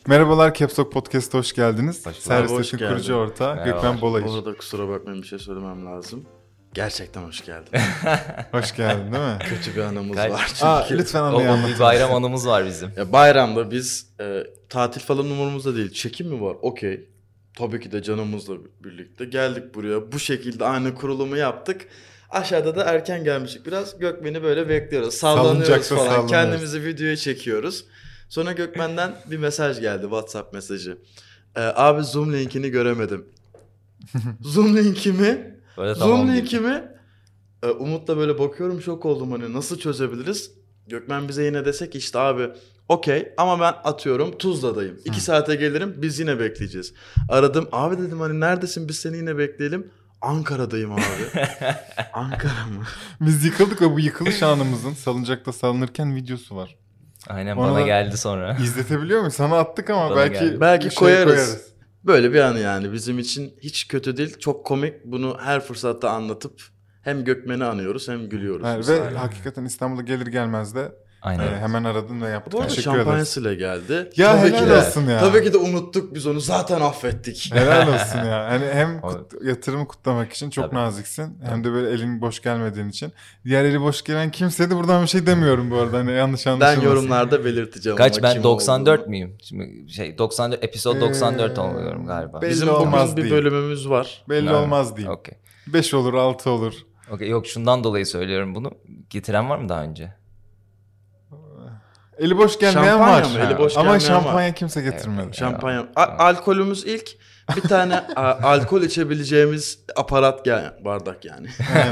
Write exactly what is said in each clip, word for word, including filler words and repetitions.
Merhabalar, Caps Lock Podcast'a hoş geldiniz. Hoş Servis'in kurucu ortağı Merhabalar. Gökmen Bolayır. Bu arada kusura bakmayın, bir şey söylemem lazım. Gerçekten hoş geldin. Hoş geldin değil mi? Kötü bir anımız Gel- var çünkü. Aa, lütfen O, anlayı o anlatın. bir bayram anımız var bizim. Ya bayramda biz e, tatil falan umurumuzda değil. Çekim mi var? Okey. Tabii ki de canımızla birlikte geldik buraya. Bu şekilde aynı kurulumu yaptık. Aşağıda da erken gelmiştik. Biraz Gökmen'i böyle bekliyoruz. Sallanıyoruz Sallanacaksa falan. sallanıyoruz. Kendimizi videoya çekiyoruz. Sonra Gökmen'den bir mesaj geldi. WhatsApp mesajı. E, abi Zoom linkini göremedim. Zoom linki mi? Böyle Zoom tamam linki mi? Ee, Umut'la böyle bakıyorum, şok oldum, hani nasıl çözebiliriz? Gökmen bize yine desek işte abi okey ama ben atıyorum Tuzla'dayım. İki saate gelirim, biz yine bekleyeceğiz. Aradım, abi dedim hani neredesin, biz seni yine bekleyelim. Ankara'dayım abi. Ankara mı? Biz yıkıldık ve bu yıkılış anımızın salıncakta salınırken videosu var. Aynen Ona bana geldi sonra. İzletebiliyor muyuz? Sana attık ama Bana belki geldi. Belki bir şey koyarız. Böyle bir anı yani bizim için hiç kötü değil. Çok komik, bunu her fırsatta anlatıp hem Gökmen'i anıyoruz hem gülüyoruz. Evet, biz ve hala. hakikaten İstanbul'a gelir gelmez de Aynen. e, hemen aradın ve yaptık. Bu arada Teşekkür ederiz. şampanyasıyla geldi. Ya tabii helal ki de, olsun ya. Tabii ki de unuttuk biz onu, zaten affettik. Helal olsun ya. Hani hem O- kut- yatırımı kutlamak için çok Tabii. naziksin. Hem de böyle elin boş gelmediğin için. Diğer eli boş gelen kimseye de buradan bir şey demiyorum bu arada. Hani yanlış Ben anlaşılmasın. yorumlarda belirteceğim Kaç ama ben kim doksan dört olduğunu. müyüm? Şimdi şey doksan dört episode doksan dört Ee, oluyorum galiba. belli Bizim olmaz bugün bir değil. bölümümüz var. Belli Evet. olmaz diyeyim. Okey. beş olur, altı olur. Okey, yok şundan dolayı söylüyorum bunu. Getiren var mı daha önce? Eli boş gelmeyen Şampanya var. mı? Eli boş Ama gelmeyen şampanya var. kimse getirmedi. Evet. Şampanya. Evet. A- alkolümüz ilk. Bir tane a- alkol içebileceğimiz aparat gel bardak yani.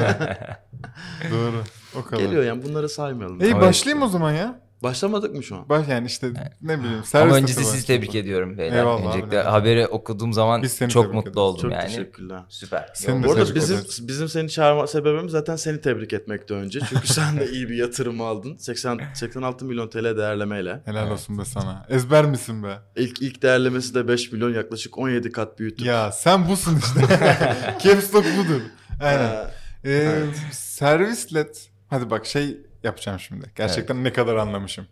Doğru. O kadar. Geliyor yani, bunları saymayalım. İyi Evet. başlayayım o zaman ya. Başlamadık mı şu an? Baş yani işte ne bileyim. Ama servis öncesi sesi sizi başladı. tebrik ediyorum beyler. Eyvallah Öncelikle abi. haberi okuduğum zaman Biz seni çok tebrik mutlu ederiz. oldum Çok yani. teşekkürler. Süper. Senin Yok, de Bu arada tebrik bizim ederiz. bizim seni çağırma sebebimiz zaten seni tebrik etmekti önce. Çünkü sen de iyi bir yatırım aldın. seksen seksen altı milyon T L değerlemeyle. Helal olsun be sana. Ezber misin be? İlk ilk değerlemesi de beş milyon, yaklaşık on yedi kat büyüttük. Ya sen busun işte. Caps Lock budur. Aynen. Ee, Ee, evet. Servislet. Hadi bak şey yapacağım şimdi. Gerçekten ne kadar anlamışım.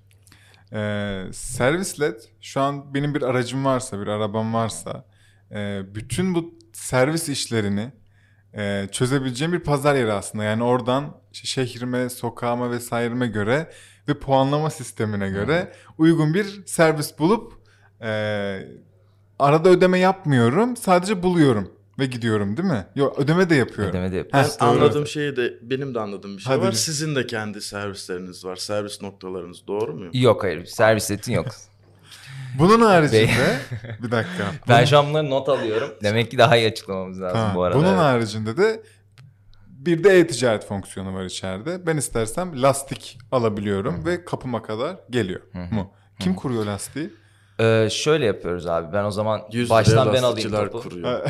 Ee, servislet şu an benim bir aracım varsa, bir arabam varsa e, bütün bu servis işlerini e, çözebileceğim bir pazar yeri aslında. Yani oradan işte şehrime, sokağıma vesaireme göre ve puanlama sistemine göre uygun bir servis bulup e, arada ödeme yapmıyorum. Sadece buluyorum ve gidiyorum değil mi? Yok, ödeme de yapıyorum. Ödeme de Heh, yapıyoruz. Ben doğru. anladığım şeyi de, benim de anladığım bir şey Hadi var. bir. Sizin de kendi servisleriniz var. Servis noktalarınız, doğru mu? Yok hayır, servis etin yok. Bunun haricinde bir dakika. Ben şu an bunları not alıyorum. Demek ki daha iyi açıklamamız lazım Ha, bu arada. bunun evet. haricinde de bir de e-ticaret fonksiyonu var içeride. Ben istersem lastik alabiliyorum ve kapıma kadar geliyor mu? Kim kuruyor lastiği? Ee, şöyle yapıyoruz abi. Ben o zaman yüz baştan liraya ben alayım lastikçiler topu. kuruyor.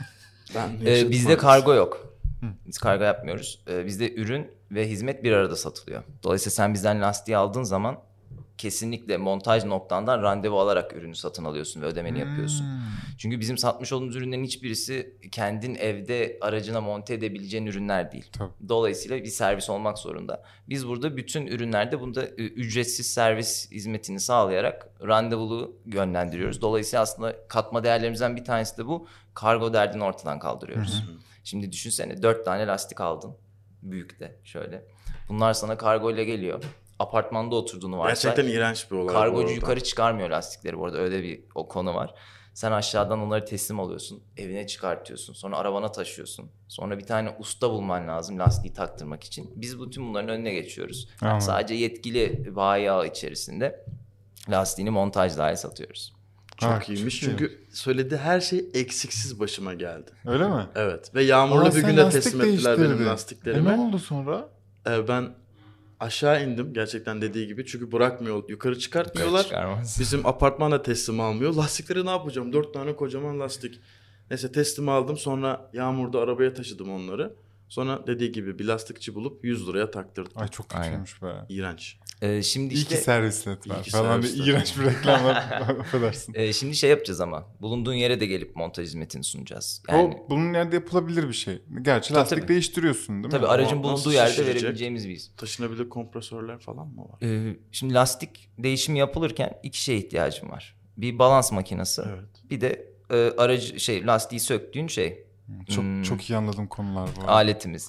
Ben Ee, Nevşet bizde Mahallesi. kargo yok. Biz kargo yapmıyoruz. Ee, bizde ürün ve hizmet bir arada satılıyor. Dolayısıyla sen bizden lastiği aldığın zaman kesinlikle montaj noktandan randevu alarak ürünü satın alıyorsun ve ödemeni yapıyorsun. Hmm. Çünkü bizim satmış olduğumuz ürünlerin hiçbirisi kendin evde aracına monte edebileceğin ürünler değil. Tabii. Dolayısıyla bir servis olmak zorunda. Biz burada bütün ürünlerde bunda e, ücretsiz servis hizmetini sağlayarak randevulu yönlendiriyoruz. Dolayısıyla aslında katma değerlerimizden bir tanesi de bu. Kargo derdini ortadan kaldırıyoruz. Şimdi düşünsene dört tane lastik aldın. Büyük de şöyle. Bunlar sana kargo ile geliyor. Apartmanda oturduğunu varsay. Gerçekten iğrenç bir olay bu Kargocu arada. yukarı çıkarmıyor lastikleri bu arada, öyle bir o konu var. Sen aşağıdan onları teslim alıyorsun, evine çıkartıyorsun, sonra arabana taşıyorsun. Sonra bir tane usta bulman lazım lastiği taktırmak için. Biz bütün bunların önüne geçiyoruz. Yani Anladım. sadece yetkili bayi ağı içerisinde lastiğini montaj dahi satıyoruz. Çok Ha, iyiymiş çok iyi. çünkü söylediği her şey eksiksiz başıma geldi. Öyle mi? Evet, ve yağmurlu Aa, bir sen günde lastik teslim ettiler benim değiştirdin. lastiklerimi. E ne oldu sonra? Ee, ben aşağı indim gerçekten dediği gibi, çünkü bırakmıyor, yukarı çıkartmıyorlar. Çıkarmaz. Bizim apartmana teslim almıyor. Lastikleri ne yapacağım? Dört tane kocaman lastik. Neyse teslim aldım, sonra yağmurda arabaya taşıdım onları. Sonra dediği gibi bir lastikçi bulup yüz liraya taktırdım. Ay çok Aynen. kötüymüş be. İğrenç. Ee, şimdi İyi ki işte servislet var İyi ki falan bir servislet. iğrenç bir reklam var. Affedersin. e, şimdi şey yapacağız ama bulunduğun yere de gelip montaj hizmetini sunacağız. Yani O bunun yerde yapılabilir bir şey. Gerçi Tabii, lastik tabii. değiştiriyorsun değil mi? tabii aracın Nasıl bulunduğu yerde şişirecek? verebileceğimiz bir. Taşınabilir kompresörler falan mı var? Ee, şimdi lastik değişimi yapılırken iki şeye ihtiyacım var. bir balans makinesi. Evet. Bir de e, aracı şey lastiği söktüğün şey. Çok Hmm. çok iyi anladığım konular bu. arada. Aletimiz.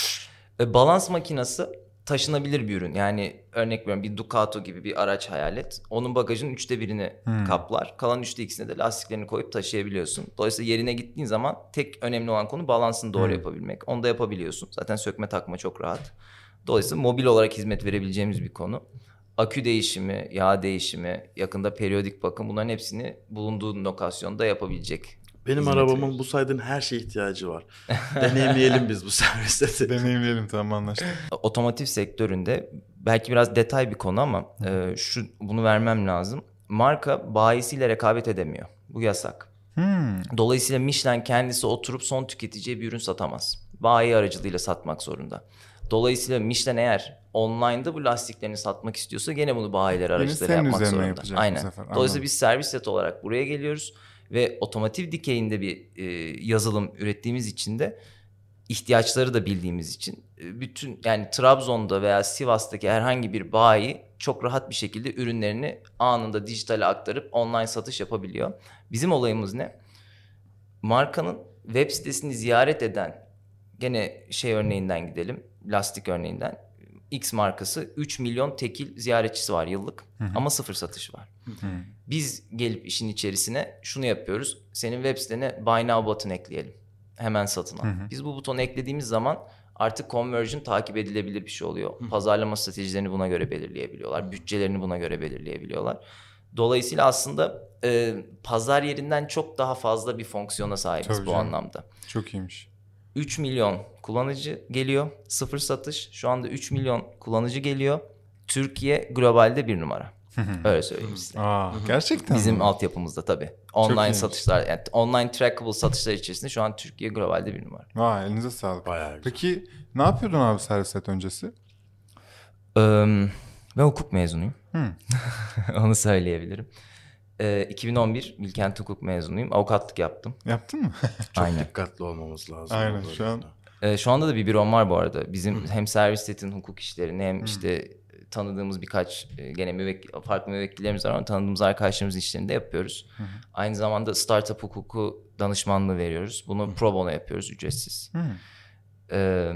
E, balans makinesi taşınabilir bir ürün. Yani örnek veriyorum bir Ducato gibi bir araç hayal et. Onun bagajının üçte birini Hmm. kaplar. Kalan üçte ikisine de lastiklerini koyup taşıyabiliyorsun. Dolayısıyla yerine gittiğin zaman tek önemli olan konu balansını doğru Hmm. yapabilmek. Onu da yapabiliyorsun. Zaten sökme takma çok rahat. Dolayısıyla mobil olarak hizmet verebileceğimiz bir konu. Akü değişimi, yağ değişimi, yakında periyodik bakım bunların hepsini bulunduğu lokasyonda yapabilecek. Benim hizmet arabamın veriyoruz. bu saydığın her şeye ihtiyacı var. Deneyimleyelim biz bu serviste. Deneyimleyelim, tamam, anlaştık. Otomotiv sektöründe belki biraz detay bir konu ama e, şu bunu vermem lazım. Marka bayisiyle rekabet edemiyor. Bu yasak. Hmm. Dolayısıyla Michelin kendisi oturup son tüketiciye bir ürün satamaz. Bayi aracılığıyla satmak zorunda. Dolayısıyla Michelin eğer online'da bu lastiklerini satmak istiyorsa gene bunu bayiler aracılığıyla senin yapmak üzerine zorunda. yapacak bu Aynen. sefer, anladım. Dolayısıyla biz servis set olarak buraya geliyoruz ve otomotiv dikeyinde bir e, yazılım ürettiğimiz için de ihtiyaçları da bildiğimiz için e, bütün yani Trabzon'da veya Sivas'taki herhangi bir bayi çok rahat bir şekilde ürünlerini anında dijitale aktarıp online satış yapabiliyor. Bizim olayımız ne? Markanın web sitesini ziyaret eden, gene şey örneğinden gidelim, lastik örneğinden. X markası üç milyon tekil ziyaretçisi var yıllık, Hı hı. ama sıfır satış var. Hı. Biz gelip işin içerisine şunu yapıyoruz. Senin web sitene Buy Now button ekleyelim. Hemen satın al. Hı hı. Biz bu butonu eklediğimiz zaman artık conversion takip edilebilir bir şey oluyor. Pazarlama stratejilerini buna göre belirleyebiliyorlar. Bütçelerini buna göre belirleyebiliyorlar. Dolayısıyla aslında e, pazar yerinden çok daha fazla bir fonksiyona sahibiz Tabii bu canım. anlamda. Çok iyiymiş. üç milyon kullanıcı geliyor. Sıfır satış. Şu anda üç milyon kullanıcı geliyor. Türkiye globalde bir numara. Öyle söyleyeyim size. Aa, gerçekten Bizim mi? altyapımızda tabii. Online iyiymiş. satışlar, yani online trackable satışlar içerisinde şu an Türkiye globalde bir numara. Vay, elinize sağlık. Bayağı güzel. Peki ne yapıyordun abi serviset öncesi? Ee, ben hukuk mezunuyum. Hmm. Onu söyleyebilirim. Ee, iki bin on bir Bilkent Hukuk mezunuyum. Avukatlık yaptım. Yaptın mı? Çok Aynen. dikkatli olmamız lazım. Aynen, bu şu an- bölümde. Ee, şu anda da bir bürom var bu arada. Bizim hem servis setin hukuk işlerini hem işte tanıdığımız birkaç e, gene müvekkil, farklı müvekkillerimiz var ama tanıdığımız arkadaşlarımızın işlerini de yapıyoruz. Aynı zamanda startup hukuku danışmanlığı veriyoruz. Bunu pro bono yapıyoruz, ücretsiz. Hmm. Ee,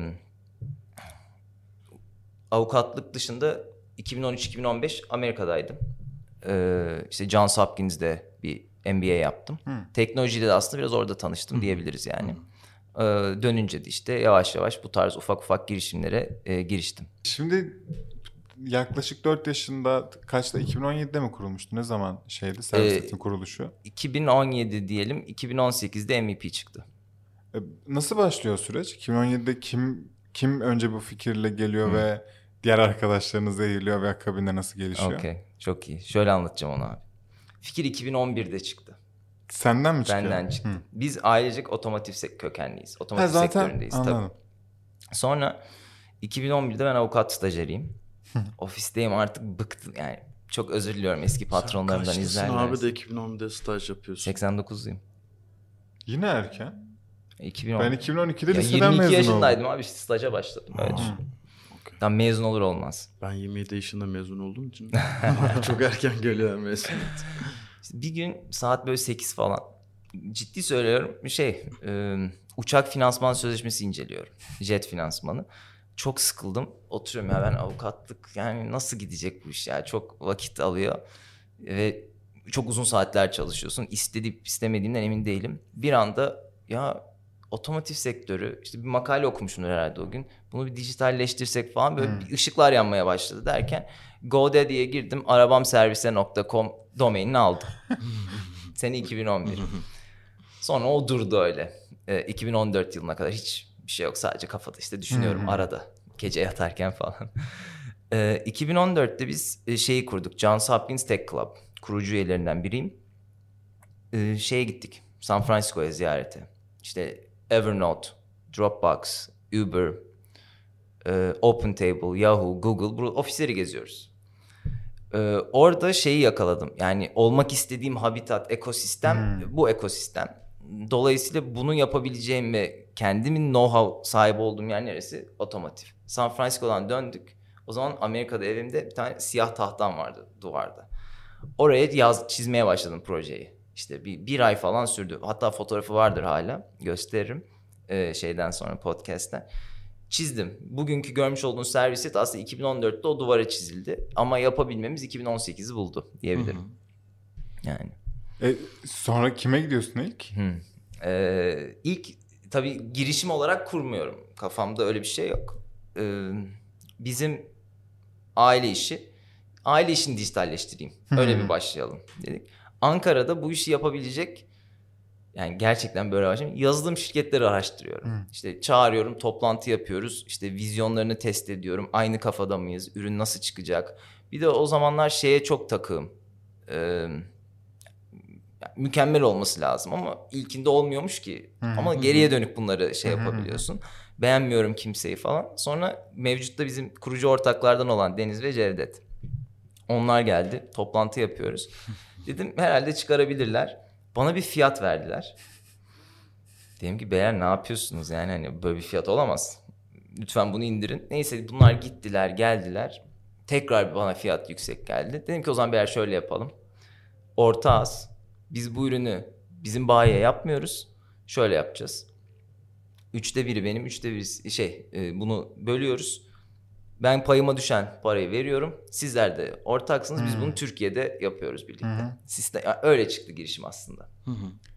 avukatlık dışında iki bin on üç iki bin on beş Amerika'daydım. Ee, işte Johns Hopkins'de bir M B A yaptım. Hı. Teknolojiyle de aslında biraz orada tanıştım diyebiliriz yani. Ee, dönünce de işte yavaş yavaş bu tarz ufak ufak girişimlere e, giriştim. Şimdi yaklaşık dört yaşında, kaçta, iki bin on yedide mi kurulmuştu? Ne zaman şeydi servisetin Ee, kuruluşu? iki bin on yedi diyelim, iki bin on sekizde M V P çıktı. E, Nasıl başlıyor süreç? iki bin on yedide kim kim önce bu fikirle geliyor ve diğer arkadaşlarınız eğiliyor ve akabinde nasıl gelişiyor? Okey, çok iyi. Şöyle anlatacağım onu abi. Fikir iki bin on birde çıktı. Senden mi çıkıyor? Benden çıktı. Hı. Biz ailecek otomotiv sek- kökenliyiz. Otomotiv Ha, zaten sektöründeyiz anladım. tabii. Sonra iki bin on birde ben avukat stajyeriyim. Ofisteyim, artık bıktım yani. Çok özür diliyorum eski patronlarımdan, Kaçlısın izlerler. abi de iki bin on birde staj yapıyorsun. seksen dokuzluyum. Yine erken. iki bin on. Ben iki bin on ikide Ya liseden yirmi iki mezun oldum. yaşındaydım abi, işte staja başladım. Öyle düşün. Okey. Tam mezun olur olmaz. Ben yirmi yedi yaşında mezun olduğum için çok erken geliyor mezuniyet. İşte bir gün saat böyle sekiz falan. Ciddi söylüyorum, şey e, uçak finansman sözleşmesi inceliyorum. Jet finansmanı. Çok sıkıldım. Oturuyorum ya, ben avukatlık yani nasıl gidecek bu iş ya? Çok vakit alıyor. Ve çok uzun saatler çalışıyorsun. İstediğim istemediğimden emin değilim. Bir anda ya otomotiv sektörü, işte bir makale okumuşumdur herhalde o gün. Bunu bir dijitalleştirsek falan, böyle bir ışıklar yanmaya başladı derken GoDaddy'ye girdim. arabamservise nokta com domainini aldım. Sene iki bin on bir. Sonra o durdu öyle. Ee, iki bin on dört yılına kadar hiç bir şey yok. Sadece kafada işte düşünüyorum arada. Gece yatarken falan. Ee, iki bin on dörtte biz e, şeyi kurduk. Johns Hopkins Tech Club. Kurucu üyelerinden biriyim. Ee, şeye gittik. San Francisco'ya ziyarete. İşte Evernote, Dropbox, Uber, e, OpenTable, Yahoo, Google. Bu ofisleri geziyoruz. Ee, orada şeyi yakaladım. Yani olmak istediğim habitat, ekosistem bu ekosistem. Dolayısıyla bunu yapabileceğim ve kendimin know-how sahibi olduğum yer neresi? Otomotiv. San Francisco'dan döndük. O zaman Amerika'da evimde bir tane siyah tahtam vardı duvarda. Oraya yaz çizmeye başladım projeyi. İşte bir, bir ay falan sürdü. Hatta fotoğrafı vardır hala. Gösteririm. Ee, şeyden sonra podcast'ten. Çizdim. Bugünkü görmüş olduğunuz servis aslında iki bin on dörtte o duvara çizildi. Ama yapabilmemiz iki bin on sekizi buldu diyebilirim. Hı-hı. Yani. E, sonra kime gidiyorsun ilk? Hı. Ee, ilk tabii girişim olarak kurmuyorum. Kafamda öyle bir şey yok. Ee, bizim aile işi. Aile işini dijitalleştireyim. Öyle bir başlayalım dedik. Ankara'da bu işi yapabilecek, yani gerçekten böyle başlayayım, yazılım şirketleri araştırıyorum. Hmm. İşte çağırıyorum, toplantı yapıyoruz. İşte vizyonlarını test ediyorum. Aynı kafada mıyız? Ürün nasıl çıkacak? Bir de o zamanlar şeye çok takığım. Ee, mükemmel olması lazım ama ilkinde olmuyormuş ki. Hmm. Ama geriye dönük bunları şey yapabiliyorsun. Beğenmiyorum kimseyi falan. Sonra mevcutta bizim kurucu ortaklardan olan Deniz ve Cevdet. Onlar geldi. Toplantı yapıyoruz. Dedim herhalde çıkarabilirler. Bana bir fiyat verdiler. Dedim ki beyler ne yapıyorsunuz yani, hani böyle bir fiyat olamaz. Lütfen bunu indirin. Neyse bunlar gittiler geldiler. Tekrar bana fiyat yüksek geldi. Dedim ki o zaman beyler şöyle yapalım. Orta az. Biz bu ürünü bizim bayiye yapmıyoruz. Şöyle yapacağız. Üçte biri benim, üçte biri şey bunu bölüyoruz. Ben payıma düşen parayı veriyorum. Sizler de ortaksınız. Biz hmm. bunu Türkiye'de yapıyoruz birlikte. Hmm. Sistem, yani öyle çıktı girişim aslında. Hmm.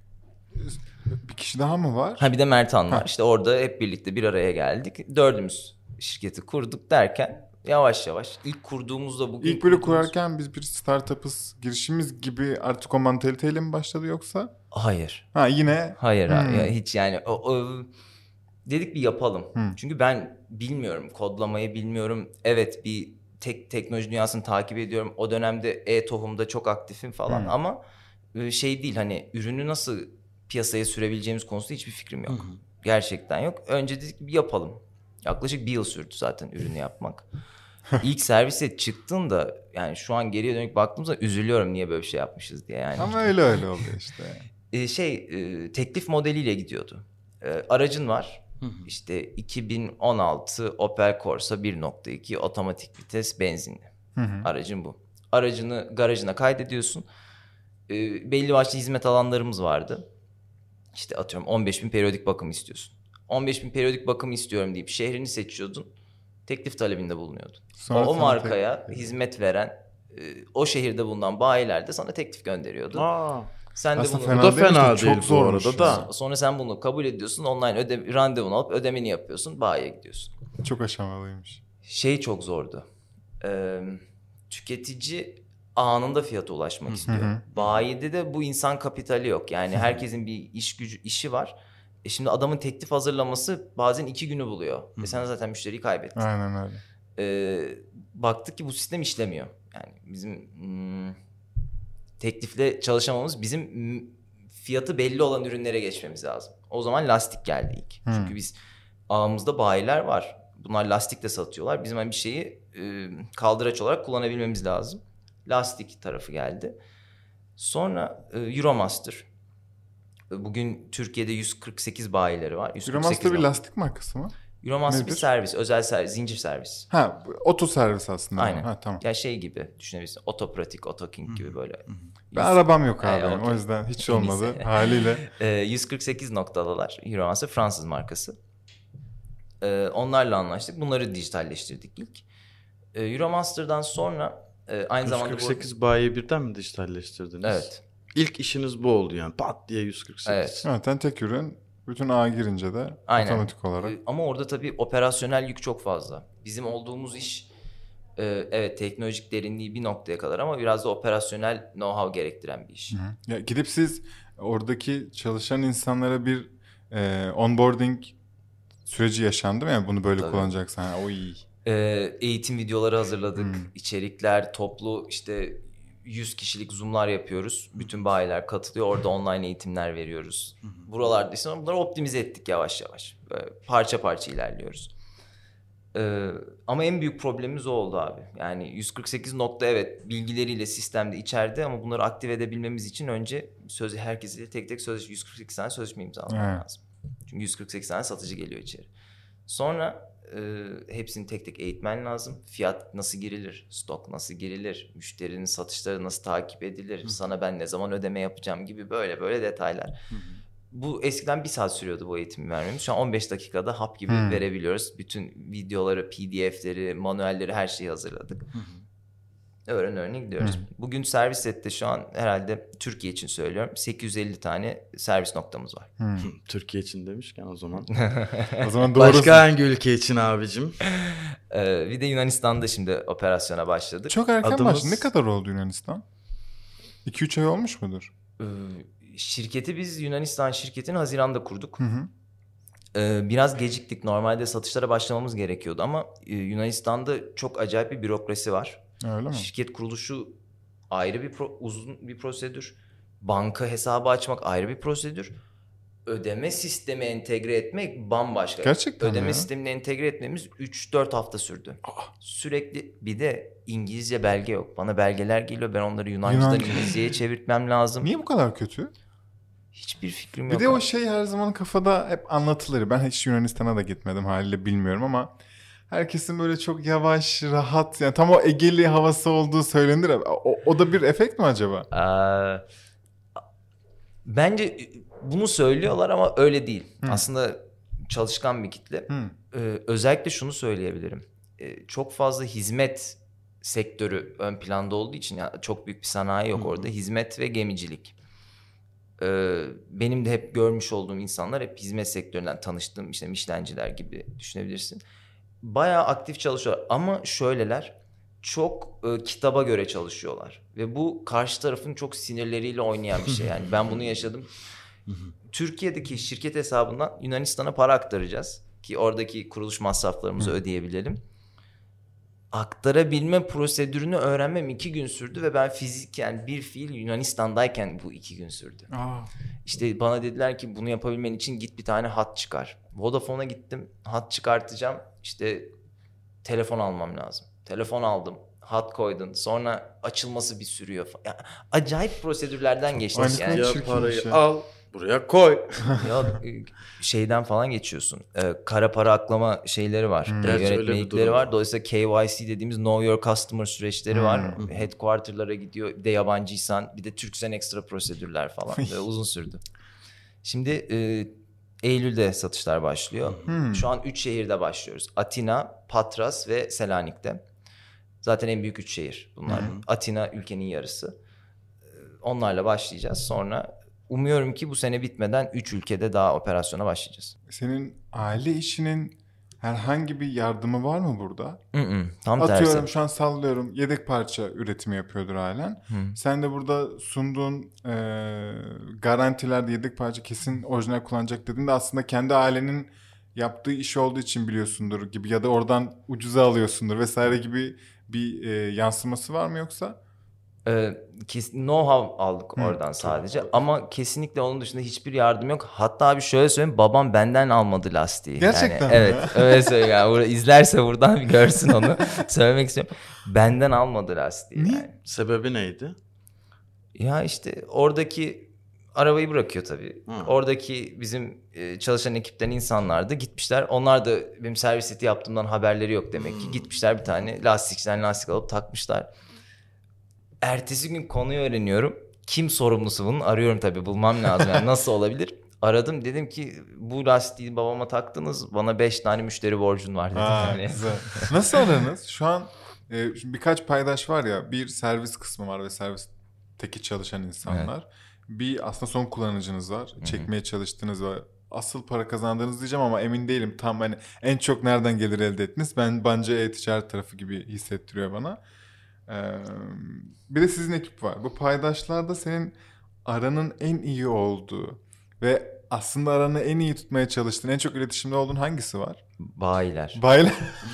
Bir kişi daha mı var? Ha bir de Mertan var. Ha. İşte orada hep birlikte bir araya geldik. Dördümüz şirketi kurduk derken yavaş yavaş ilk kurduğumuzda bugün... İlk böyle kurduğumuz... kurarken biz bir startup'ız, girişimiz gibi artık o mantaliteyle mi başladı yoksa? Hayır. Ha yine? Hayır. Hmm. Ya, hiç yani... O, o... Dedik bir yapalım. Hmm. Çünkü ben bilmiyorum. Kodlamayı bilmiyorum. Evet bir tek teknoloji dünyasını takip ediyorum. O dönemde e-tohumda çok aktifim falan. Hmm. Ama şey değil, hani ürünü nasıl piyasaya sürebileceğimiz konusunda hiçbir fikrim yok. Hmm. Gerçekten yok. Önce dedik bir yapalım. Yaklaşık bir yıl sürdü zaten ürünü yapmak. İlk servise çıktığında yani şu an geriye dönük baktığımda üzülüyorum niye böyle bir şey yapmışız diye. Yani. Ama öyle öyle oluyor işte. ee, şey e, teklif modeliyle gidiyordu. E, aracın var. Hı hı. İşte iki bin on altı Opel Corsa bir nokta iki otomatik vites benzinli. Hı hı. Aracın bu. Aracını garajına kaydediyorsun. E, belli başlı hizmet alanlarımız vardı. İşte atıyorum on beş bin periyodik bakım istiyorsun. on beş bin periyodik bakım istiyorum deyip şehrini seçiyordun. Teklif talebinde bulunuyordun. O, o markaya tek... hizmet veren e, o şehirde bulunan bayiler de sana teklif gönderiyordu. Aa. Sen de aslında bunu fena, da fena değil, çok zor arada da. Sonra sen bunu kabul ediyorsun, online öde randevunu alıp ödemeni yapıyorsun, bayiye gidiyorsun. Çok aşamalıymış. Şey çok zordu. Ee, tüketici anında fiyata ulaşmak istiyor. Hı hı. Bayide de bu insan kapitali yok. Yani herkesin bir iş gücü işi var. E şimdi adamın teklif hazırlaması bazen iki günü buluyor. Hı. Ve sen zaten müşteriyi kaybettin. Aynen öyle. Ee, baktık ki bu sistem işlemiyor. Yani bizim hmm, teklifle çalışamamız, bizim fiyatı belli olan ürünlere geçmemiz lazım. O zaman lastik geldi ilk. Hmm. Çünkü biz ağımızda bayiler var. Bunlar lastik de satıyorlar. Bizim hani bir şeyi e, kaldıraç olarak kullanabilmemiz lazım. Lastik tarafı geldi. Sonra e, Euromaster. Bugün Türkiye'de yüz kırk sekiz bayileri var. yüz kırk sekiz Euromaster bir lastik markası mı? Euromaster bir servis, özel servis, zincir servis. Ha, oto servis aslında. Aynen. Ha, tamam. Ya şey gibi düşünebilirsin. Otopratik, Otoking gibi böyle. Hı-hı. Ben yüz... arabam yok abi. Yani, okay. O yüzden hiç olmadı haliyle. e, yüz kırk sekiz noktalılar. Euromaster Fransız markası. E, onlarla anlaştık. Bunları dijitalleştirdik ilk. E, Euromaster'dan sonra e, aynı zamanda... yüz kırk sekiz bu... bayiyi birden mi dijitalleştirdiniz? Evet. İlk işiniz bu oldu yani. Pat diye yüz kırk sekiz. Evet. Zaten tek ürün. Bütün ağa girince de aynen. Otomatik olarak. Ama orada tabii operasyonel yük çok fazla. Bizim olduğumuz iş e, evet teknolojik derinliği bir noktaya kadar ama biraz da operasyonel know-how gerektiren bir iş. Hı-hı. Ya gidip siz oradaki çalışan insanlara bir e, onboarding süreci yaşandı mı? Yani bunu böyle tabii. Kullanacaksın. Ha, o iyi. E, eğitim videoları hazırladık. Hı. İçerikler, toplu işte yüz kişilik zoom'lar yapıyoruz. Bütün bayiler katılıyor. Orada online eğitimler veriyoruz. Hı hı. Buralarda ise bunları optimize ettik yavaş yavaş. Böyle parça parça ilerliyoruz. Ee, ama en büyük problemimiz o oldu abi. Yani yüz kırk sekiz nokta evet bilgileriyle sistemde içeride ama bunları aktive edebilmemiz için önce söz herkesiyle tek tek sözleşme yüz kırk sekiz tane sözleşme imzalamam lazım. Çünkü yüz kırk sekiz tane satıcı geliyor içeri. Sonra e, hepsini tek tek eğitmen lazım. Fiyat nasıl girilir, stok nasıl girilir, müşterinin satışları nasıl takip edilir, Hı. sana ben ne zaman ödeme yapacağım gibi böyle böyle detaylar. Hı. Bu eskiden bir saat sürüyordu bu eğitimi vermemiz. Şu an on beş dakikada hap gibi Hı. verebiliyoruz. Bütün videoları, P D F'leri, manuelleri her şeyi hazırladık. Hı. Öğren öğrene gidiyoruz. Hı. Bugün Serviset'te şu an herhalde Türkiye için söylüyorum sekiz yüz elli tane servis noktamız var. Hı. Türkiye için demişken o zaman. O zaman doğrusu. Başka hangi ülke için abicim? Ee, bir de Yunanistan'da şimdi operasyona başladık. Çok erken Adımız... başladı. Ne kadar oldu Yunanistan? iki üç ay olmuş mudur? Ee, şirketi biz Yunanistan şirketini Haziran'da kurduk. Hı hı. Ee, biraz geciktik. Normalde satışlara başlamamız gerekiyordu ama e, Yunanistan'da çok acayip bir bürokrasi var. Öyle mi? Şirket kuruluşu ayrı bir pro- uzun bir prosedür. Banka hesabı açmak ayrı bir prosedür. Ödeme sistemi entegre etmek bambaşka. Gerçekten Ödeme mi ya? sistemini entegre etmemiz üç dört hafta sürdü. Aa. Sürekli bir de İngilizce belge yok. Bana belgeler geliyor. Ben onları Yunancadan Yunanca. İngilizceye çevirtmem lazım. Niye bu kadar kötü? Hiçbir fikrim Bir yok. de abi. o şey her zaman kafada hep anlatılır. Ben hiç Yunanistan'a da gitmedim haliyle bilmiyorum ama herkesin böyle çok yavaş, rahat yani tam o Egeli havası olduğu söylenir. O, o da bir efekt mi acaba? Ee, bence bunu söylüyorlar ama öyle değil. Hı. Aslında çalışkan bir kitle. Hı. Ee, özellikle şunu söyleyebilirim. Ee, çok fazla hizmet sektörü ön planda olduğu için ya çok büyük bir sanayi yok Hı. orada. Hizmet ve gemicilik. Ee, benim de hep görmüş olduğum insanlar hep hizmet sektöründen tanıştığım işte Michelin'ciler gibi düşünebilirsin. Bayağı aktif çalışıyorlar ama şöyleler çok e, kitaba göre çalışıyorlar ve bu karşı tarafın çok sinirleriyle oynayan bir şey. Yani ben bunu yaşadım. Türkiye'deki şirket hesabından Yunanistan'a para aktaracağız ki oradaki kuruluş masraflarımızı ödeyebilelim. Aktarabilme prosedürünü öğrenmem iki gün sürdü ve ben fiziken bir fiil Yunanistan'dayken bu iki gün sürdü. Aa. İşte bana dediler ki bunu yapabilmen için git bir tane hat çıkar. Vodafone'a gittim, hat çıkartacağım. İşte telefon almam lazım. Telefon aldım, hat koydun. Sonra açılması bir sürüyor. Yani acayip prosedürlerden geçtik Aynı yani. Ya çirkin parayı bir şey. al, buraya koy. Ya şeyden falan geçiyorsun. Ee, kara para aklama şeyleri var. Hmm. Ee, Evet, öyle bir yönetmelikleri durum var. var. Dolayısıyla K Y C dediğimiz Know Your Customer süreçleri Hmm. var. Headquarter'lara gidiyor. Bir de yabancıysan bir de Türksen ekstra prosedürler falan. Böyle uzun sürdü. Şimdi e, Eylül'de satışlar başlıyor. Hmm. Şu an üç şehirde başlıyoruz. Atina, Patras ve Selanik'te. Zaten en büyük üç şehir bunlar. Hmm. Atina ülkenin yarısı. Onlarla başlayacağız. Sonra umuyorum ki bu sene bitmeden üç ülkede daha operasyona başlayacağız. Senin aile işinin herhangi bir yardımı var mı burada? Hı-hı, tam Atıyorum tersi. şu an sallıyorum yedek parça üretimi yapıyordur ailen. Hı. Sen de burada sunduğun e, garantilerde yedek parça kesin orijinal kullanacak dediğinde aslında kendi ailenin yaptığı iş olduğu için biliyorsundur gibi ya da oradan ucuza alıyorsundur vesaire gibi bir e, yansıması var mı yoksa? Ee, kes- know-how aldık Hı, oradan çok sadece güzel. ama kesinlikle onun dışında hiçbir yardım yok. Hatta bir şöyle söyleyeyim, babam benden almadı lastiği. Gerçekten yani, mi? Evet öyle söyleyeyim. Yani, Bur- izlerse buradan bir görsün onu. Söylemek istiyorum. Benden almadı lastiği. Niye? Yani. Sebebi neydi? Ya işte oradaki arabayı bırakıyor tabii. Hı. Oradaki bizim e, çalışan ekipten insanlar da gitmişler. Onlar da benim servis seti yaptığımdan haberleri yok demek ki. Gitmişler bir tane lastikçiden lastik alıp takmışlar. Ertesi gün konuyu öğreniyorum. Kim sorumlusu bunun? Arıyorum tabii, bulmam lazım. Yani nasıl olabilir? Aradım, dedim ki bu lastiği babama taktınız. Bana beş tane müşteri borcun var dedim. Aa, Yani. güzel. Nasıl aranız? Şu an e, şimdi birkaç paydaş var ya, bir servis kısmı var ve servisteki çalışan insanlar. Bir aslında son kullanıcınız var. Hı-hı. Çekmeye çalıştığınız ve asıl para kazandığınız diyeceğim ama emin değilim. Tam hani en çok nereden gelir elde ettiniz? Ben bence e-ticaret tarafı gibi hissettiriyor bana. Ee, bir de sizin ekip var. Bu paydaşlarda senin aranın en iyi olduğu ve aslında aranı en iyi tutmaya çalıştığın, en çok iletişimde olduğun hangisi var? Bayiler. Bayiler.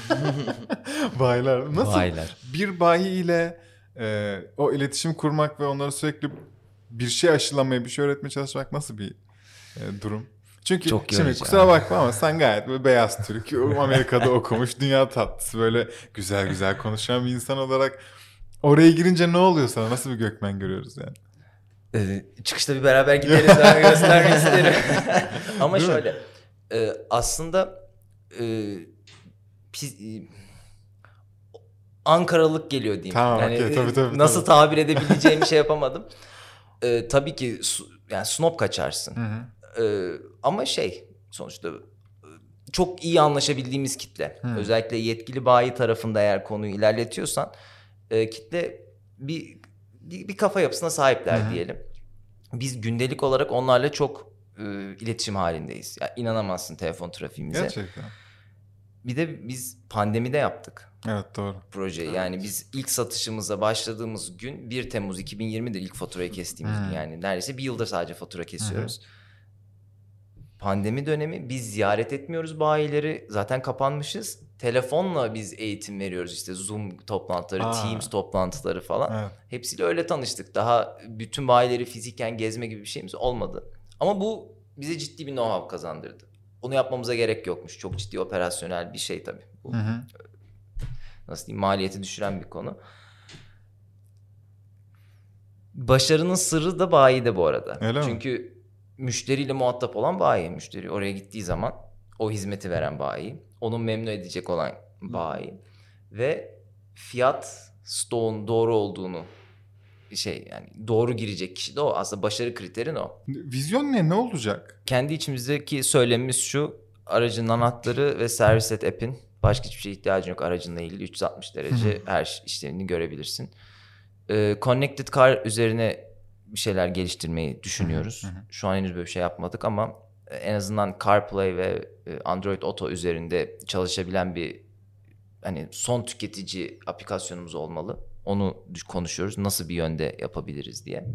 Bayiler. Nasıl? Bayiler. Bir bayi ile e, o iletişim kurmak ve onlara sürekli bir şey aşılamaya, bir şey öğretmeye çalışmak nasıl bir e, durum? Çünkü Çok şimdi yorucu kusura yani. bakma ama sen gayet böyle beyaz Türk, Amerika'da okumuş, dünya tatlısı, böyle güzel güzel konuşan bir insan olarak oraya girince ne oluyor sana? Nasıl bir Gökmen görüyoruz yani? Ee, çıkışta bir beraber gideriz. Ben göstermek isterim. Ama Değil mi? şöyle. E, aslında e, pis, e, Ankaralılık geliyor diyeyim. Tamam, yani okay, tabii, tabii, nasıl tabii. tabir edebileceğimi şey yapamadım. Ee, tabii ki su, yani snob kaçarsın. Hı hı. Ee, ama şey sonuçta çok iyi anlaşabildiğimiz kitle. Hı. Özellikle yetkili bayi tarafında eğer konuyu ilerletiyorsan e, kitle bir, bir bir kafa yapısına sahipler Hı hı. diyelim. Biz gündelik olarak onlarla çok e, iletişim halindeyiz. Yani inanamazsın telefon trafiğimize. Gerçekten. Bir de biz pandemide yaptık Evet, doğru. projeyi. Yani biz ilk satışımıza başladığımız gün bir Temmuz iki bin yirmidir ilk faturayı kestiğimiz Hmm. gün. Yani neredeyse bir yıldır sadece fatura kesiyoruz. Pandemi dönemi biz ziyaret etmiyoruz bayileri. Zaten kapanmışız. Telefonla biz eğitim veriyoruz. İşte Zoom toplantıları, Aa. Teams toplantıları falan. Evet. Hepsiyle öyle tanıştık. Daha bütün bayileri fiziken gezme gibi bir şeyimiz olmadı. Ama bu bize ciddi bir know-how kazandırdı. Onu yapmamıza gerek yokmuş. Çok ciddi operasyonel bir şey tabii. Bu, Hı hı. nasıl diyeyim, maliyeti düşüren bir konu. Başarının sırrı da bayide bu arada. Öyle mi? Çünkü müşteriyle muhatap olan bayi. Müşteri oraya gittiği zaman o hizmeti veren bayi. Onu memnun edecek olan bayi. Ve fiyat stoğun doğru olduğunu şey yani doğru girecek kişi de o. Aslında başarı kriterin o. Vizyon ne? Ne olacak? Kendi içimizdeki söylemimiz şu: aracın anahtarı ve Servicelet app'in, başka hiçbir şeye ihtiyacın yok aracınla ilgili. üç yüz altmış derece her işlemini görebilirsin. Ee, Connected Car üzerine bir şeyler geliştirmeyi düşünüyoruz. Hı hı. Şu an henüz böyle bir şey yapmadık ama en azından CarPlay ve Android Auto üzerinde çalışabilen bir hani son tüketici aplikasyonumuz olmalı. Onu konuşuyoruz. Nasıl bir yönde yapabiliriz diye.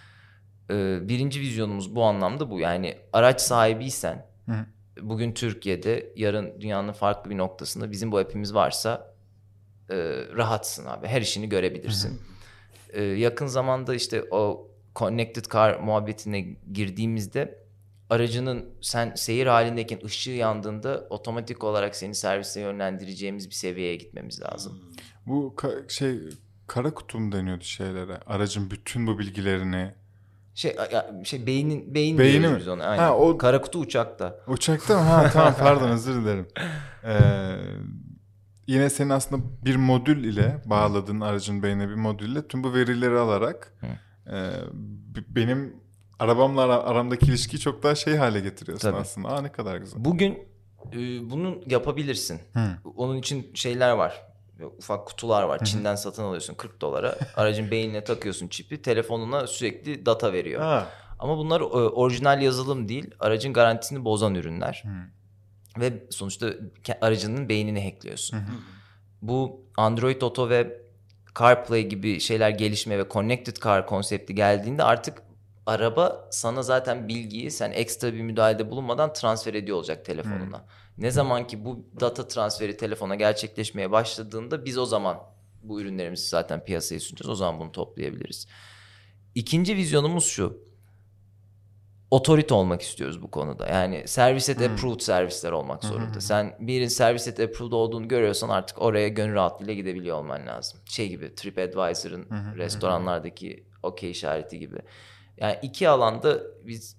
Ee, birinci vizyonumuz bu anlamda bu. Yani araç sahibiysen Hı. bugün Türkiye'de, yarın dünyanın farklı bir noktasında bizim bu app'imiz varsa e, rahatsın abi. Her işini görebilirsin. Hı hı. Ee, yakın zamanda işte o Connected Car muhabbetine girdiğimizde aracının sen seyir halindeyken ışığı yandığında otomatik olarak seni servise yönlendireceğimiz bir seviyeye gitmemiz lazım. Bu ka- şey kara kutu mu deniyordu şeylere? Aracın bütün bu bilgilerini. Şey ya, şey beynin beyin Beyni diyoruz mi? biz ona. Aynen. Ha, o- Kara kutu uçakta. Uçakta mı? Ha tamam, pardon, özür dilerim. Ee, yine senin aslında bir modül ile bağladığın aracın beynine bir modül ile tüm bu verileri alarak e, b- benim arabamla ara- aramdaki ilişkiyi çok daha şey hale getiriyorsun. Tabii. Aslında. Aa, ne kadar güzel. Bugün e, bunu yapabilirsin. Hı. Onun için şeyler var. Ufak kutular var. Çin'den satın alıyorsun kırk dolara. Aracın beynine takıyorsun çipi. Telefonuna sürekli data veriyor. Ha. Ama bunlar e, orijinal yazılım değil. Aracın garantisini bozan ürünler. Hı. Ve sonuçta ke- aracının beynini hackliyorsun. Hı hı. Bu Android Auto ve CarPlay gibi şeyler gelişmeye ve Connected Car konsepti geldiğinde artık araba sana zaten bilgiyi sen ekstra bir müdahalede bulunmadan transfer ediyor olacak telefonuna. Hmm. Ne zaman ki bu data transferi telefona gerçekleşmeye başladığında biz o zaman bu ürünlerimizi zaten piyasaya sunacağız. O zaman bunu toplayabiliriz. İkinci vizyonumuz şu: otorite olmak istiyoruz bu konuda. Yani Servicelet Hmm. approved servisler olmak zorunda. Hmm. Sen birin Servicelet approved olduğunu görüyorsan artık oraya gönül rahatlığıyla gidebiliyor olman lazım. Şey gibi, TripAdvisor'ın Hmm. restoranlardaki okey işareti gibi. Yani iki alanda biz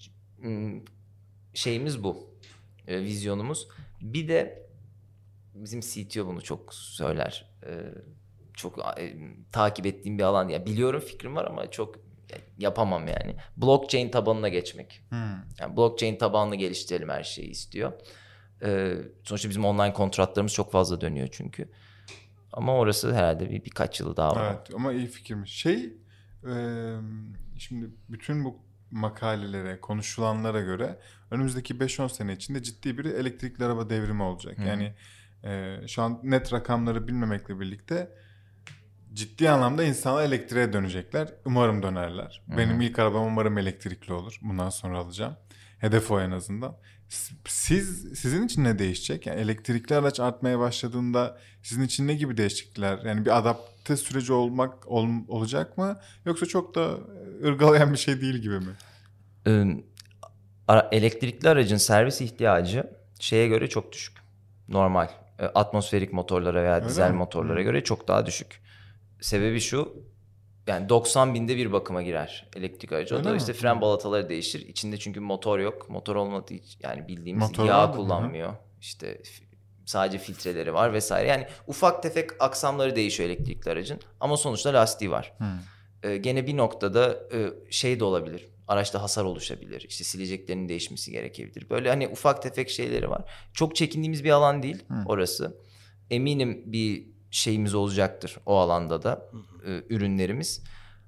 şeyimiz bu. E, vizyonumuz. Bir de bizim C T O bunu çok söyler. E, çok e, takip ettiğim bir alan. Ya biliyorum, fikrim var ama çok yapamam yani. Blockchain tabanına geçmek. Hmm. Yani blockchain tabanlı geliştirelim her şeyi istiyor. Ee, sonuçta bizim online kontratlarımız çok fazla dönüyor çünkü. Ama orası herhalde bir birkaç yılı daha var. Evet, ama iyi fikirmiş. Şey, e, şimdi bütün bu makalelere, konuşulanlara göre önümüzdeki beş on sene içinde ciddi bir elektrikli araba devrimi olacak. Hı. Yani e, şu an net rakamları bilmemekle birlikte ciddi anlamda insanlar elektriğe dönecekler. Umarım dönerler. Hı. Benim ilk arabam umarım elektrikli olur. Bundan sonra alacağım. Hedef o en azından. Siz sizin için ne değişecek? Yani elektrikli araç artmaya başladığında sizin için ne gibi değişiklikler? Yani bir adapte süreci olmak ol, olacak mı? Yoksa çok da ırgalayan bir şey değil gibi mi? Ee, ara, elektrikli aracın servis ihtiyacı şeye göre çok düşük. Normal e, atmosferik motorlara veya Öyle dizel mi? motorlara Hı. göre çok daha düşük. Sebebi şu: yani doksan binde bir bakıma girer elektrik aracı. O da işte fren balataları değişir. İçinde çünkü motor yok. Motor olmadığı için yani bildiğimiz motor yağ var kullanmıyor. Hı. İşte Sadece filtreleri var vesaire. Yani ufak tefek aksamları değişiyor elektrikli aracın. Ama sonuçta lastiği var. Hmm. Ee, gene bir noktada e, şey de olabilir. Araçta hasar oluşabilir. İşte sileceklerinin değişmesi gerekebilir. Böyle hani ufak tefek şeyleri var. Çok çekindiğimiz bir alan değil hmm. orası. Eminim bir şeyimiz olacaktır o alanda da e, ürünlerimiz.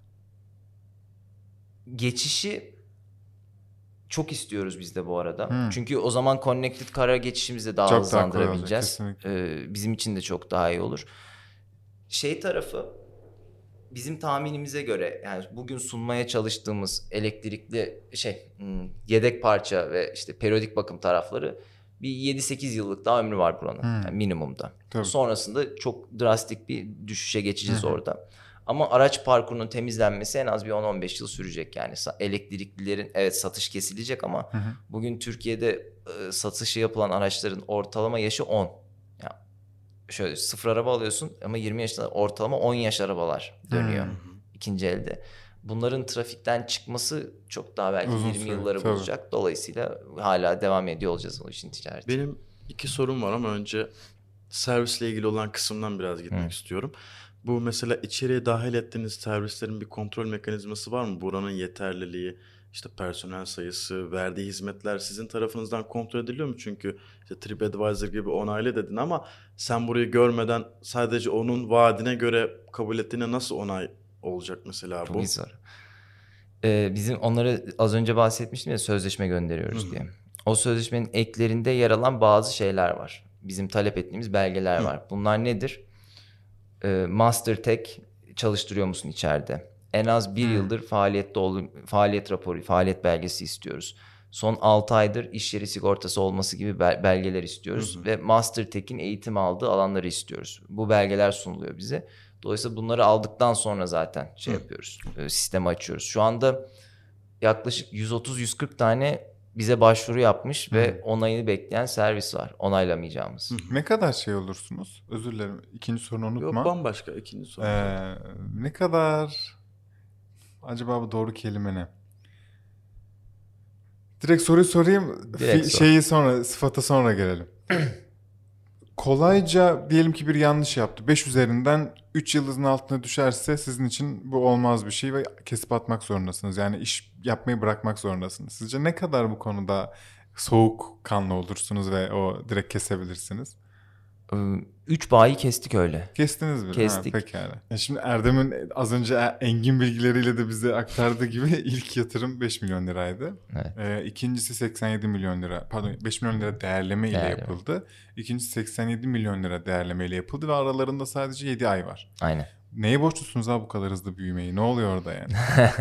Geçişi çok istiyoruz biz de bu arada. Hmm. Çünkü o zaman connected car'a geçişimizi de daha çok hızlandırabileceğiz. Daha ee, bizim için de çok daha iyi olur. Şey tarafı bizim tahminimize göre yani bugün sunmaya çalıştığımız elektrikli şey yedek parça ve işte periyodik bakım tarafları bir yedi sekiz yıllık daha ömrü var buranın hmm. yani minimumda. Tabii. Sonrasında çok drastik bir düşüşe geçeceğiz hmm. orada. Ama araç parkurunun temizlenmesi en az bir on on beş yıl sürecek yani. Elektriklilerin evet satış kesilecek ama hı hı. bugün Türkiye'de e, satışı yapılan araçların ortalama yaşı on. Yani şöyle sıfır araba alıyorsun ama yirmi yaşında ortalama on yaş arabalar dönüyor hı hı. ikinci elde. Bunların trafikten çıkması çok daha belki uzun yirmi süre, yılları tabii. bulacak. Dolayısıyla hala devam ediyor olacağız o işin ticareti. Benim iki sorum var ama önce servisle ilgili olan kısımdan biraz gitmek hı. istiyorum. Bu mesela içeriye dahil ettiğiniz servislerin bir kontrol mekanizması var mı? Buranın yeterliliği, işte personel sayısı, verdiği hizmetler sizin tarafınızdan kontrol ediliyor mu? Çünkü işte TripAdvisor gibi onaylı dedin ama sen burayı görmeden sadece onun vaadine göre kabul ettiğine nasıl onay olacak mesela bu? Çok iyi soru. Ee, bizim onları az önce bahsetmiştim ya sözleşme gönderiyoruz Hı-hı. diye. O sözleşmenin eklerinde yer alan bazı şeyler var. Bizim talep ettiğimiz belgeler Hı. var. Bunlar nedir? Master Tech çalıştırıyor musun içeride? En az bir hmm. yıldır faaliyette ol, faaliyet raporu, faaliyet belgesi istiyoruz. Son altı aydır iş yeri sigortası olması gibi belgeler istiyoruz. Hmm. Ve Master Tech'in eğitim aldığı alanları istiyoruz. Bu belgeler sunuluyor bize. Dolayısıyla bunları aldıktan sonra zaten şey hmm. yapıyoruz. Sistemi açıyoruz. Şu anda yaklaşık yüz otuz yüz kırk tane bize başvuru yapmış hmm. ve onayını bekleyen servis var. Onaylamayacağımız. Hmm. Ne kadar şey olursunuz? Özür dilerim. İkinci sorunu unutma. Yok bambaşka. İkinci soru. Ee, ne kadar... Acaba bu doğru kelime ne? Direkt soruyu sorayım. Direkt Fi- sor. Şeyi sonra, sıfata sonra gelelim. Kolayca diyelim ki bir yanlış yaptı. beş üzerinden üç yıldızın altına düşerse sizin için bu olmaz bir şey ve kesip atmak zorundasınız. Yani iş yapmayı bırakmak zorundasınız. Sizce ne kadar bu konuda soğukkanlı olursunuz ve o direkt kesebilirsiniz? Üç bayi kestik öyle. Kestiniz mi? Kestik. Ha, pekala. Ya şimdi Erdem'in az önce engin bilgileriyle de bize aktardığı gibi ilk yatırım beş milyon liraydı. Evet. Ee, ikincisi seksen yedi milyon lira. Pardon beş milyon lira değerleme ile Değerleme. yapıldı. İkincisi seksen yedi milyon lira değerleme ile yapıldı ve aralarında sadece yedi ay var. Aynen. Neye borçlusunuz abi bu kadar hızlı büyümeyi? Ne oluyor orada yani?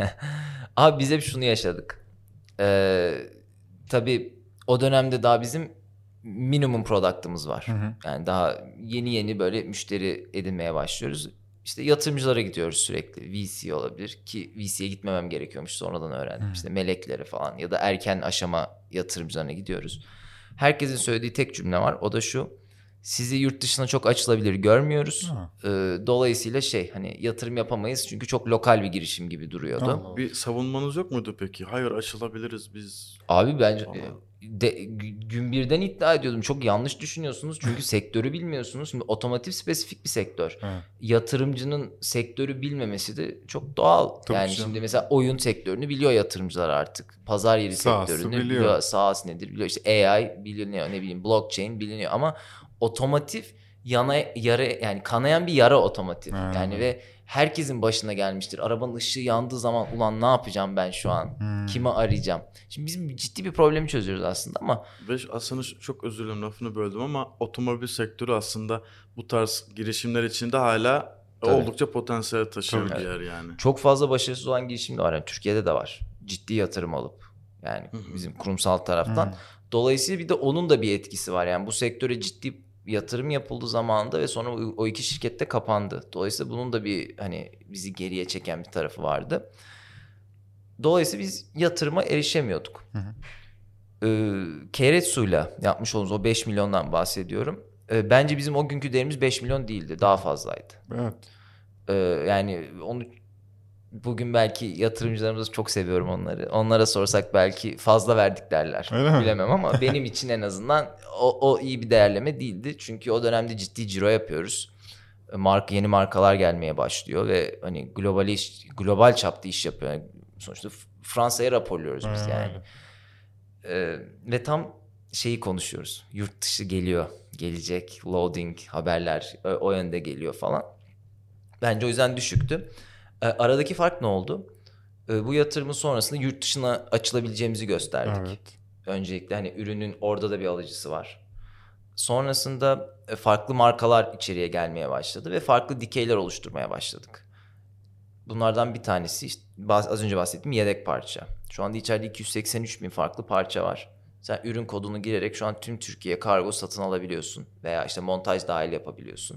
Abi biz hep şunu yaşadık. Ee, tabii o dönemde daha bizim minimum product'ımız var. Hı hı. Yani daha yeni yeni böyle müşteri edinmeye başlıyoruz. İşte yatırımcılara gidiyoruz sürekli. V C olabilir ki V C'ye gitmemem gerekiyormuş sonradan öğrendim. Hı. İşte meleklere falan ya da erken aşama yatırımcılarına gidiyoruz. Herkesin söylediği tek cümle var. O da şu. Sizi yurt dışına çok açılabilir görmüyoruz. Ee, dolayısıyla şey hani yatırım yapamayız çünkü çok lokal bir girişim gibi duruyordu. Allah. Bir savunmanız yok muydu peki? Hayır açılabiliriz biz. Abi bence de, gün birden iddia ediyordum. Çok yanlış düşünüyorsunuz çünkü sektörü bilmiyorsunuz. Şimdi otomotiv spesifik bir sektör. Evet. Yatırımcının sektörü bilmemesi de çok doğal. Tabii yani canım. Şimdi mesela oyun sektörünü biliyor yatırımcılar artık. Pazar yeri Sahası sektörünü biliyor. biliyor. Sahası nedir biliyor. İşte A I biliniyor, ne bileyim blockchain biliniyor ama otomotiv yana yara yani kanayan bir yara otomotiv. Hmm. Yani ve herkesin başına gelmiştir. Arabanın ışığı yandığı zaman ulan ne yapacağım ben şu an? Hmm. Kimi arayacağım? Şimdi biz ciddi bir problemi çözüyoruz aslında ama. Ve aslında çok özür dilerim lafını böldüm ama otomobil sektörü aslında bu tarz girişimler içinde hala Tabii. oldukça potansiyel taşıyor Tabii. bir yer yani. Çok fazla başarısız olan girişim de var. Yani Türkiye'de de var. Ciddi yatırım alıp yani Hı-hı. bizim kurumsal taraftan. Hı-hı. Dolayısıyla bir de onun da bir etkisi var. Yani bu sektöre ciddi yatırım yapıldı zamanında ve sonra o iki şirket de kapandı. Dolayısıyla bunun da bir hani bizi geriye çeken bir tarafı vardı. Dolayısıyla biz yatırıma erişemiyorduk. Hı hı. Ee, Keiretsu'yla yapmış olduğumuz o beş milyondan bahsediyorum. Ee, bence bizim o günkü değerimiz beş milyon değildi. Daha fazlaydı. Evet. Ee, yani onu bugün belki yatırımcılarımızı çok seviyorum onları. Onlara sorsak belki fazla verdik derler. Öyle mi? Bilemem ama benim için en azından o, o iyi bir değerleme değildi. Çünkü o dönemde ciddi ciro yapıyoruz. Marka, yeni markalar gelmeye başlıyor ve hani global iş, global çapta iş yapıyor. Yani sonuçta Fransa'ya raporluyoruz biz Aynen yani. Ee, ve tam şeyi konuşuyoruz. Yurt dışı geliyor, gelecek, loading haberler o, o yönde geliyor falan. Bence o yüzden düşüktü. Ee, aradaki fark ne oldu? Ee, bu yatırımın sonrasında yurt dışına açılabileceğimizi gösterdik. Evet. Öncelikle hani ürünün orada da bir alıcısı var. Sonrasında e, farklı markalar içeriye gelmeye başladı ve farklı dikeyler oluşturmaya başladık. Bunlardan bir tanesi işte az önce bahsettiğim yedek parça. Şu anda içeride iki yüz seksen üç bin farklı parça var. Sen ürün kodunu girerek şu an tüm Türkiye kargo satın alabiliyorsun. Veya işte montaj dahil yapabiliyorsun.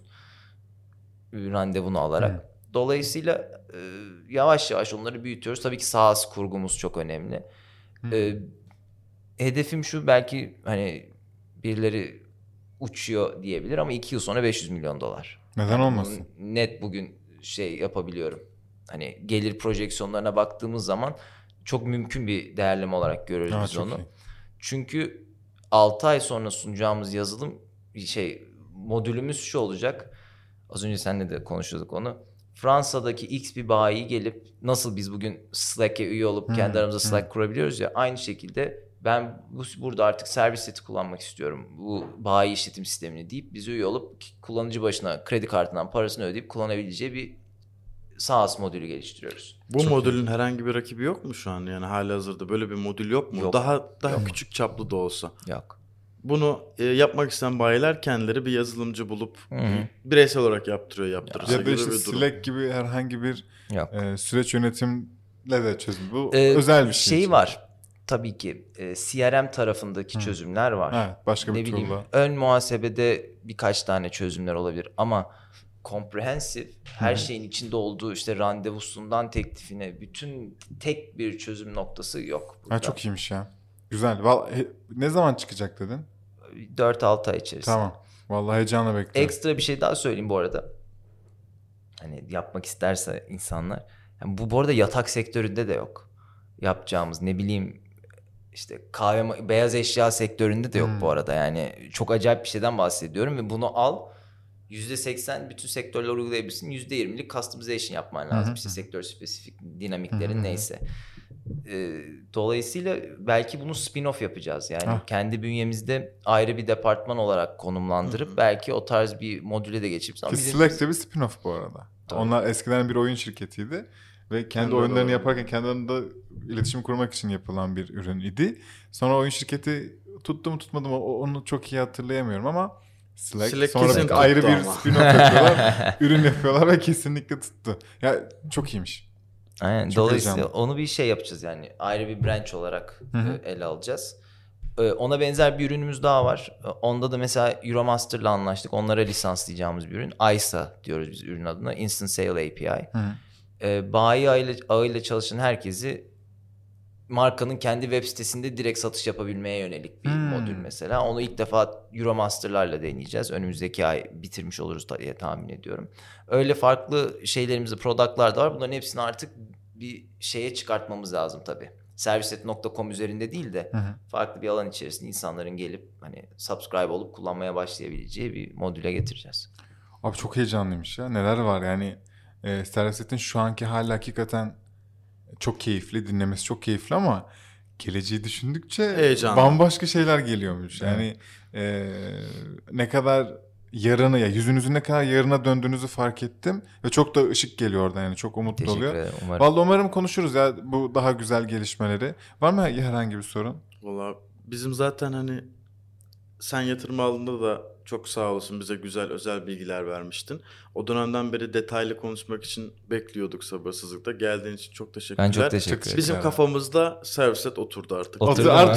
Ürün randevunu alarak. Hı. Dolayısıyla e, yavaş yavaş onları büyütüyoruz. Tabii ki sahası kurgumuz çok önemli. E, hedefim şu, belki hani birileri uçuyor diyebilir ama iki yıl sonra beş yüz milyon dolar. Neden yani olmasın? Net bugün şey yapabiliyorum. Hani gelir projeksiyonlarına baktığımız zaman çok mümkün bir değerleme olarak görüyoruz Aa, biz onu. Iyi. Çünkü altı ay sonra sunacağımız yazılım şey modülümüz şu olacak. Az önce seninle de konuşuyorduk onu. Fransa'daki X bir bayi gelip nasıl biz bugün Slack'e üye olup hmm. kendi aramızda Slack hmm. kurabiliyoruz ya, aynı şekilde ben bu, burada artık servis seti kullanmak istiyorum. Bu bayi işletim sistemini deyip bize üye olup kullanıcı başına kredi kartından parasını ödeyip kullanabileceği bir SaaS modülü geliştiriyoruz. Bu Çok modülün iyi. herhangi bir rakibi yok mu şu an? Yani halihazırda böyle bir modül yok mu? Yok. Daha daha Yok. küçük çaplı da olsa. Yok. Bunu e, yapmak isteyen bayiler kendileri bir yazılımcı bulup Hı-hı. bireysel olarak yaptırıyor, yaptırırsa Ya da gibi işte bir durum. Slack gibi herhangi bir e, süreç yönetimle de çözüm. Bu ee, özel bir şey. Şey var. Tabii ki e, C R M tarafındaki Hı. çözümler var. Evet, başka ne bir bileyim, tool'la. ön muhasebede birkaç tane çözümler olabilir ama comprehensive, her Hı. şeyin içinde olduğu işte randevusundan teklifine bütün tek bir çözüm noktası yok burada. Ha, çok iyiymiş ya. Güzel. Vallahi, ne zaman çıkacak dedin? dört altı ay içerisinde. Tamam. Vallahi heyecanla bekliyorum. Ekstra bir şey daha söyleyeyim bu arada. Hani yapmak isterse insanlar. Yani bu bu arada yatak sektöründe de yok. Yapacağımız, ne bileyim işte kahve, beyaz eşya sektöründe de yok hmm. bu arada. Yani çok acayip bir şeyden bahsediyorum ve bunu al, yüzde seksen bütün sektörler uygulayabilirsin. yüzde yirmilik customization yapman lazım. Hmm. İşte sektör spesifik dinamiklerin hmm. neyse. Ee, dolayısıyla belki bunu spin-off yapacağız. Yani ah. kendi bünyemizde ayrı bir departman olarak konumlandırıp hmm. belki o tarz bir modüle de geçip. Ki Slack de bir spin-off bu arada. Tabii. Onlar eskiden bir oyun şirketiydi. Ve kendi Ondan oyunlarını yaparken kendi aranında iletişim kurmak için yapılan bir ürün idi. Sonra oyun şirketi tuttu mu tutmadı mı onu çok iyi hatırlayamıyorum ama Slack, Slack sonra bir ayrı bir spin-off yapıyorlar. Ürün yapıyorlar ve kesinlikle tuttu. Ya çok iyiymiş. Aynen. Çok dolayısıyla heyecanlı. Onu bir şey yapacağız yani. Ayrı bir branch olarak Hı-hı. ele alacağız. Ona benzer bir ürünümüz daha var. Onda da mesela Euromaster'la anlaştık. Onlara lisanslayacağımız bir ürün. I S A diyoruz biz ürün adına. Instant Sale A P I. Hı-hı. E, bayi ağıyla, ağıyla çalışan herkesi markanın kendi web sitesinde direkt satış yapabilmeye yönelik bir hmm. modül mesela. Onu ilk defa Euromaster'larla deneyeceğiz. Önümüzdeki ay bitirmiş oluruz diye tahmin ediyorum. Öyle farklı şeylerimiz, product'lar da var. Bunların hepsini artık bir şeye çıkartmamız lazım tabii. serviset nokta com üzerinde değil de hı hı. farklı bir alan içerisinde insanların gelip hani subscribe olup kullanmaya başlayabileceği bir modüle getireceğiz. Abi çok heyecanlıymış ya. Neler var yani. E, Serviset'in şu anki hali hakikaten çok keyifli, dinlemesi çok keyifli ama geleceği düşündükçe heyecanlı. Bambaşka şeyler geliyormuş. Yani e, ne kadar yarına ya yüzünüzün ne kadar yarına döndüğünüzü fark ettim ve çok da ışık geliyor orada, yani çok umutlu Teşekkür oluyor. Ederim, umarım. Vallahi umarım konuşuruz ya bu daha güzel gelişmeleri. Var mı herhangi bir sorun? Vallahi bizim zaten hani sen yatırım aldığında da çok sağ olasın, bize güzel özel bilgiler vermiştin. O dönemden beri detaylı konuşmak için bekliyorduk sabırsızlıkla. Geldiğin için çok teşekkürler. Ben çok teşekkür ederim. Bizim kafamızda Serviset oturdu artık. Oturdu artık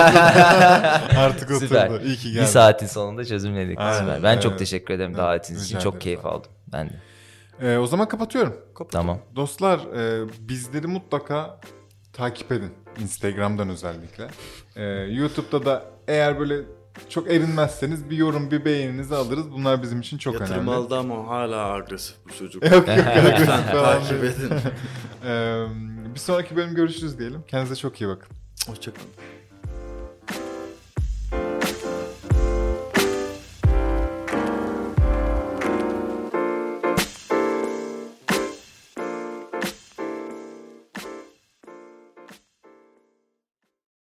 artık oturdu. Süper. İyi ki geldin. Bir saatin sonunda çözümledik. Aynen, Süper. Ben evet. çok teşekkür ederim evet. davetiniz için. Çok keyif aldım. Ben de. Ee, o zaman kapatıyorum. Kapatıyorum. Tamam. Dostlar e, bizleri mutlaka takip edin. Instagram'dan özellikle. Ee, YouTube'da da eğer böyle çok erinmezseniz bir yorum, bir beğeninizi alırız. Bunlar bizim için çok Yatırım önemli. aldı ama hala agresif bu çocuk. Yok yok agresif Lütfen falan takip değil. edin. Ee, bir sonraki bölüm görüşürüz diyelim. Kendinize çok iyi bakın. Hoşçakalın.